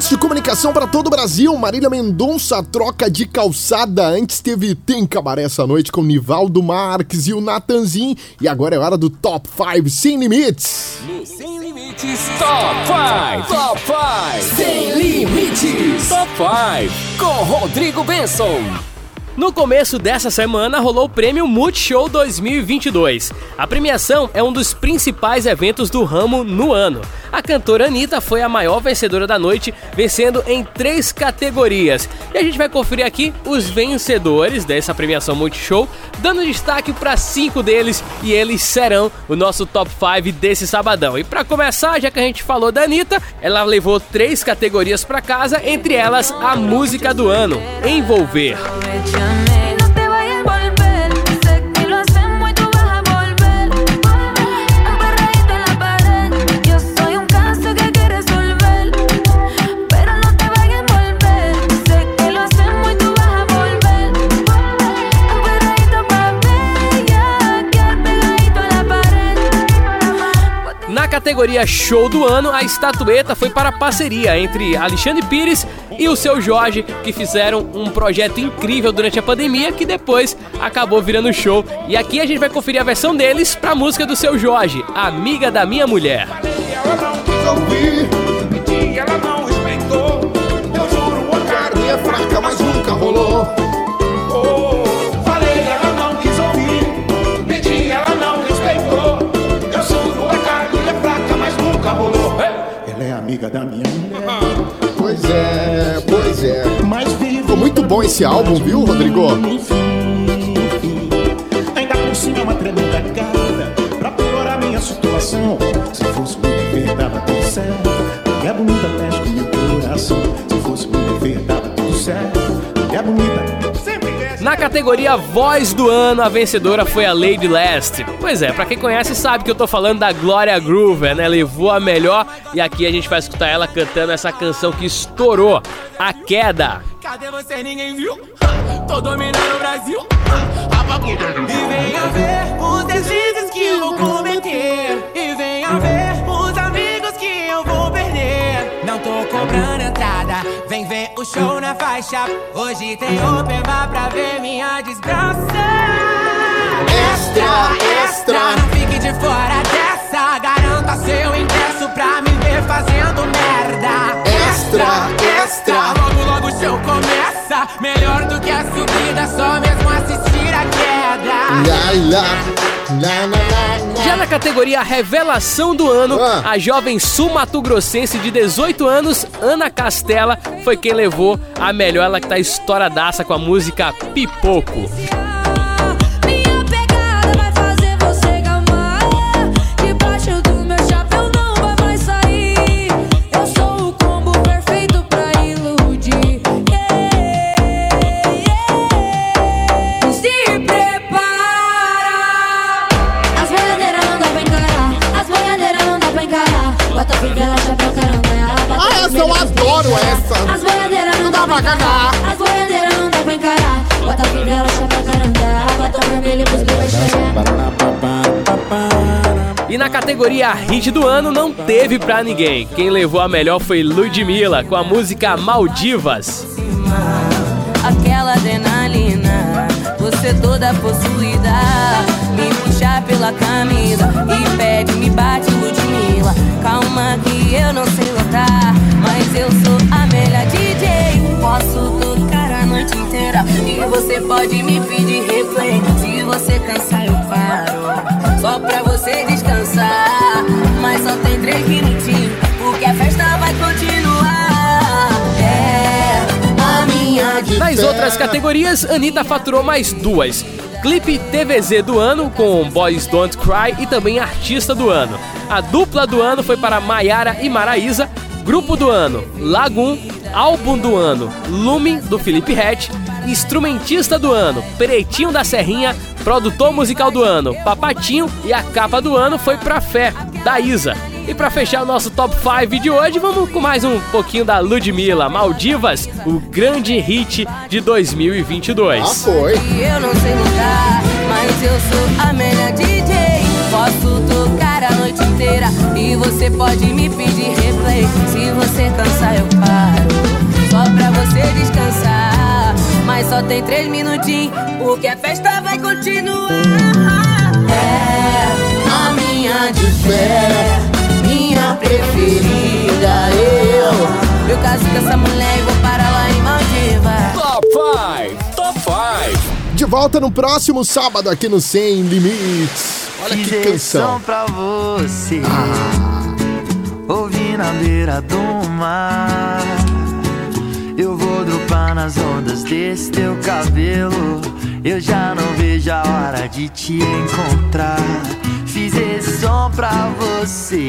de comunicação para todo o Brasil. Marília Mendonça, troca de calçada. Antes teve Tem Cabaré essa noite com Nivaldo Marques e o Natanzinho. E agora é hora do Top cinco Sem Limites. No Sem Limites Top cinco. Top cinco. Sem Limites Top cinco. Com Rodrigo Benson. No começo dessa semana rolou o prêmio Multishow dois mil e vinte e dois. A premiação é um dos principais eventos do ramo no ano. A cantora Anitta foi a maior vencedora da noite, vencendo em três categorias. E a gente vai conferir aqui os vencedores dessa premiação Multishow, dando destaque para cinco deles, e eles serão o nosso top cinco desse sabadão. E para começar, já que a gente falou da Anitta, ela levou três categorias para casa, entre elas a música do ano, Envolver. Na categoria Show do Ano, a estatueta foi para a parceria entre Alexandre Pires e o Seu Jorge, que fizeram um projeto incrível durante a pandemia, que depois acabou virando show. E aqui a gente vai conferir a versão deles para a música do Seu Jorge, Amiga da Minha Mulher. Ela não quis ouvir, pedi, ela não respeitou. Eu juro, a carne é fraca, mas nunca rolou. Oh, falei, ela não quis ouvir, pedi, ela não respeitou. Eu juro, a carne é fraca, mas nunca rolou. Ela é amiga da minha mulher. Pois é, pois é. Ficou muito bom esse álbum, viu, Rodrigo? Ainda por cima é uma tremenda cara pra piorar minha situação. Se fosse um dever, dava tudo certo. E a bonita mexe com meu coração. Se fosse um dever, dava tudo certo. E a bonita sempre mexe. Na categoria Voz do Ano, a vencedora foi a Lady Leste. Pois é, pra quem conhece sabe que eu tô falando da Glória Groover, né? Levou a melhor, e aqui a gente vai escutar ela cantando essa canção que estourou, A Queda. Cadê você? Ninguém viu? Tô dominando o Brasil. E venha ver os deslizes que eu vou cometer. E venha ver os amigos que eu vou perder. Não tô cobrando entrada, vem ver o show na faixa. Hoje tem open bar pra ver minha desgraça. Extra, extra, não fique de fora dessa. Garanta seu ingresso pra me ver fazendo merda. Extra, extra, logo logo o show começa. Melhor do que a subida, só mesmo assistir a queda. Lá, lá, lá, lá, lá. Já na categoria Revelação do Ano, ah. a jovem sul-mato-grossense de dezoito anos, Ana Castela, foi quem levou a melhor. Ela que tá estouradaça com a música Pipoco. Ah, essa eu adoro essa. As boiadeiras não dá pra cagar. As boiadeiras não dá pra encarar. Bota a fivela, chapa carandá. Bota vermelho pros que vai chegar. E na categoria Hit do Ano não teve pra ninguém. Quem levou a melhor foi Ludmilla com a música Maldivas. Aquela adrenalina, você toda possuída, me puxa pela camisa e pede, me bate, Ludmilla. Calma que eu não sei lutar, mas eu sou a melhor D J. Posso tocar a noite inteira e você pode me pedir replay. Se você cansar eu paro, só pra você descansar. Mas só tem três minutinhos, porque a festa vai continuar. É a minha de Nas outras categorias, Anitta faturou mais duas. Clipe T V Z do Ano com Boys Don't Cry e também Artista do Ano. A dupla do ano foi para Maiara e Maraísa. Grupo do Ano, Lagoon. Álbum do Ano, Lumen, do Felipe Ret. Instrumentista do Ano, Pretinho da Serrinha. Produtor musical do ano, Papatinho. E a capa do ano foi pra Fé, da Isa. E pra fechar o nosso Top cinco de hoje, vamos com mais um pouquinho da Ludmilla, Maldivas, o grande hit de dois mil e vinte e dois. Ah, foi. Eu não sei lutar, mas eu sou a melhor D J. Posso tocar a noite inteira e você pode me pedir replay. Se você cansar eu paro, você descansar. Mas só tem três minutinhos, porque a festa vai continuar. É a minha de fé, minha preferida. Eu, eu caso com essa mulher e vou parar lá em Maldivas. Top cinco, Top cinco. De volta no próximo sábado aqui no Sem Limites. Olha que canção pra você, ah. ouvir na beira do mar. Eu vou dropar nas ondas desse teu cabelo. Eu já não vejo a hora de te encontrar. Fiz esse som pra você,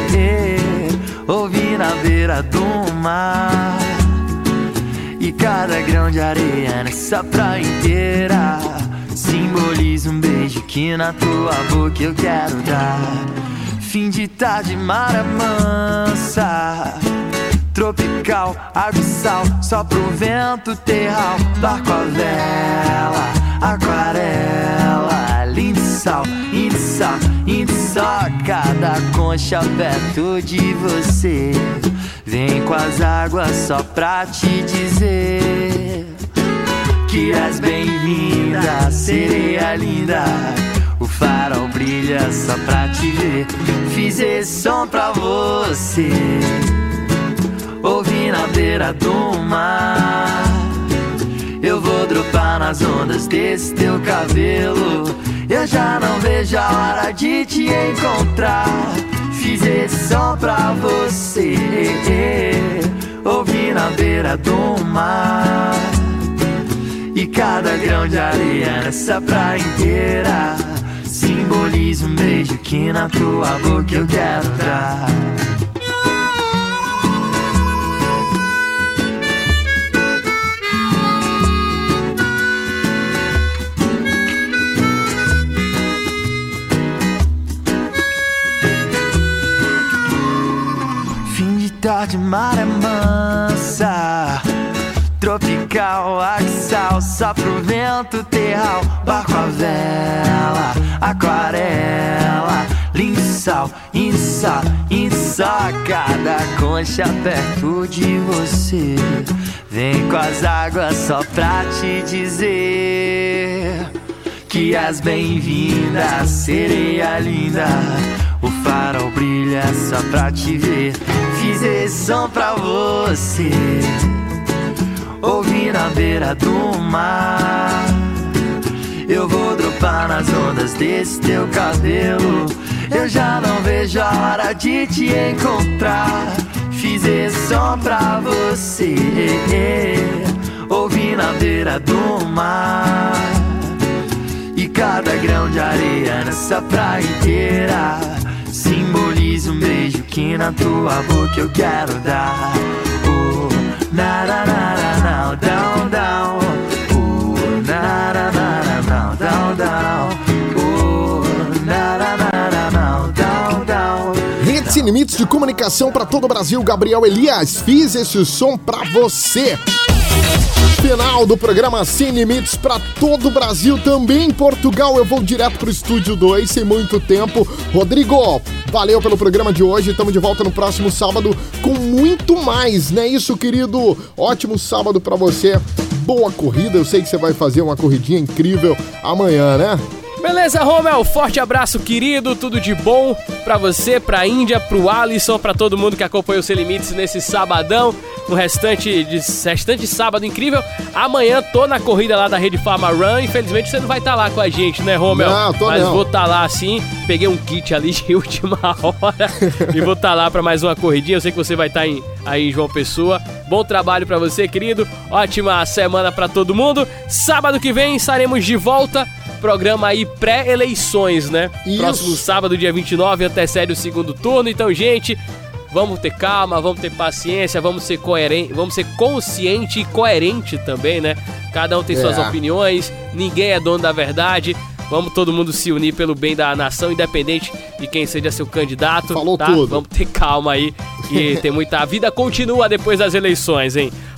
ouvir na beira do mar. E cada grão de areia nessa praia inteira simboliza um beijo que na tua boca eu quero dar. Fim de tarde, mar mansa, tropical, água e sal, só pro vento terral. Barco a vela, aquarela, lindo sal, indo sal, indo só. Cada concha perto de você, vem com as águas só pra te dizer que és bem-vinda, sereia linda. O farol brilha só pra te ver. Fiz esse som pra você, ouvi na beira do mar. Eu vou dropar nas ondas desse teu cabelo. Eu já não vejo a hora de te encontrar. Fiz esse som pra você, ouvi na beira do mar. E cada grão de areia nessa praia inteira simboliza um beijo que na tua boca eu quero dar. Fim de tarde, maré mansa, tropical, axal, só pro vento terral. Barco a vela, aquarela, lindo sal, indo sal, indo só. Cada concha perto de você, vem com as águas só pra te dizer que és bem-vinda, sereia linda. O farol brilha só pra te ver. Fiz esse som pra você, ouvi na beira do mar. Eu vou dropar nas ondas desse teu cabelo. Eu já não vejo a hora de te encontrar. Fiz esse som pra você, ouvi na beira do mar. E cada grão de areia nessa praia inteira simboliza um beijo que na tua boca eu quero dar. Na na na na na, down down. Oh, na na na na na, down down. Oh, na na na na na, down down. Redes Sem Limites de comunicação para todo o Brasil. Gabriel Elias, fiz esse som pra você. Final do programa Sem Limites para todo o Brasil, também em Portugal. Eu vou direto pro estúdio dois, sem muito tempo. Rodrigo, valeu pelo programa de hoje. Estamos de volta no próximo sábado com muito mais, não é isso, querido? Ótimo sábado para você. Boa corrida, eu sei que você vai fazer uma corridinha incrível amanhã, né? Beleza, Romel? Forte abraço, querido. Tudo de bom pra você, pra Índia, pro Alisson, pra todo mundo que acompanhou o Sem Limites nesse sabadão. Um restante de restante sábado incrível. Amanhã tô na corrida lá da Rede Pharma Run. Infelizmente você não vai estar tá lá com a gente, né, Romel? Não, tô Mas não. vou estar tá lá sim. Peguei um kit ali de última hora e vou estar tá lá pra mais uma corridinha. Eu sei que você vai estar tá em, aí em João Pessoa. Bom trabalho pra você, querido. Ótima semana pra todo mundo. Sábado que vem estaremos de volta. Programa aí pré-eleições, né? Isso. Próximo sábado, dia vinte e nove, antecede o segundo turno. Então, gente, vamos ter calma, vamos ter paciência, vamos ser coerente, vamos ser consciente e coerente também, né? Cada um tem É. suas opiniões, ninguém é dono da verdade. Vamos todo mundo se unir pelo bem da nação, independente de quem seja seu candidato. Falou tá? tudo. Vamos ter calma aí, que tem muita... A vida continua depois das eleições, hein?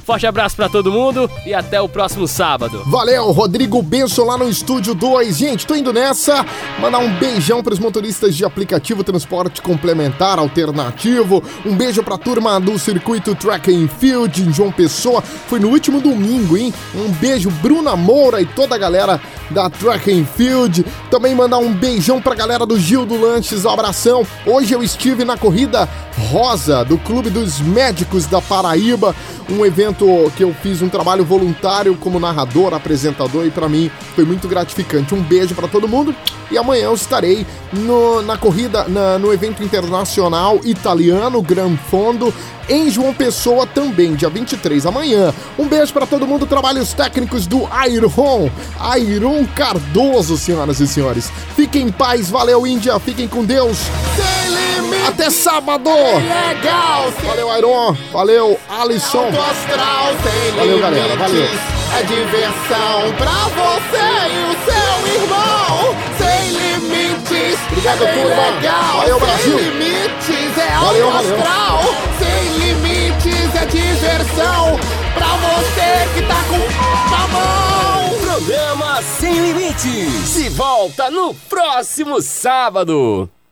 Forte abraço pra todo mundo e até o próximo sábado. Valeu, Rodrigo Benson lá no Estúdio dois. Gente, tô indo nessa. Mandar um beijão pros motoristas de aplicativo transporte complementar alternativo. Um beijo pra turma do circuito Track and Field em João Pessoa. Foi no último domingo, hein? Um beijo, Bruna Moura e toda a galera da Track and Field. Também mandar um beijão pra galera do Gil do Lanches. Um abração. Hoje eu estive na corrida rosa do Clube dos Médicos da Paraíba. Um evento que eu fiz um trabalho voluntário como narrador, apresentador, e pra mim foi muito gratificante. Um beijo pra todo mundo e amanhã eu estarei no, na corrida, na, no evento internacional italiano Gran Fondo em João Pessoa também, dia vinte e três, amanhã. Um beijo pra todo mundo, trabalhos técnicos do Airon, Airon Cardoso, senhoras e senhores. Fiquem em paz, valeu Índia, fiquem com Deus. Até sábado! Legal! Valeu, Airon! Valeu, Alisson! Astral, sem valeu, galera! Valeu! É diversão pra você e o seu irmão! Sem limites! Obrigado, é turma! Legal. Valeu, Brasil! Sem limites é valeu, alto valeu. astral! Sem limites é diversão pra você que tá com na mão! Programa Sem Limites! Se volta no próximo sábado!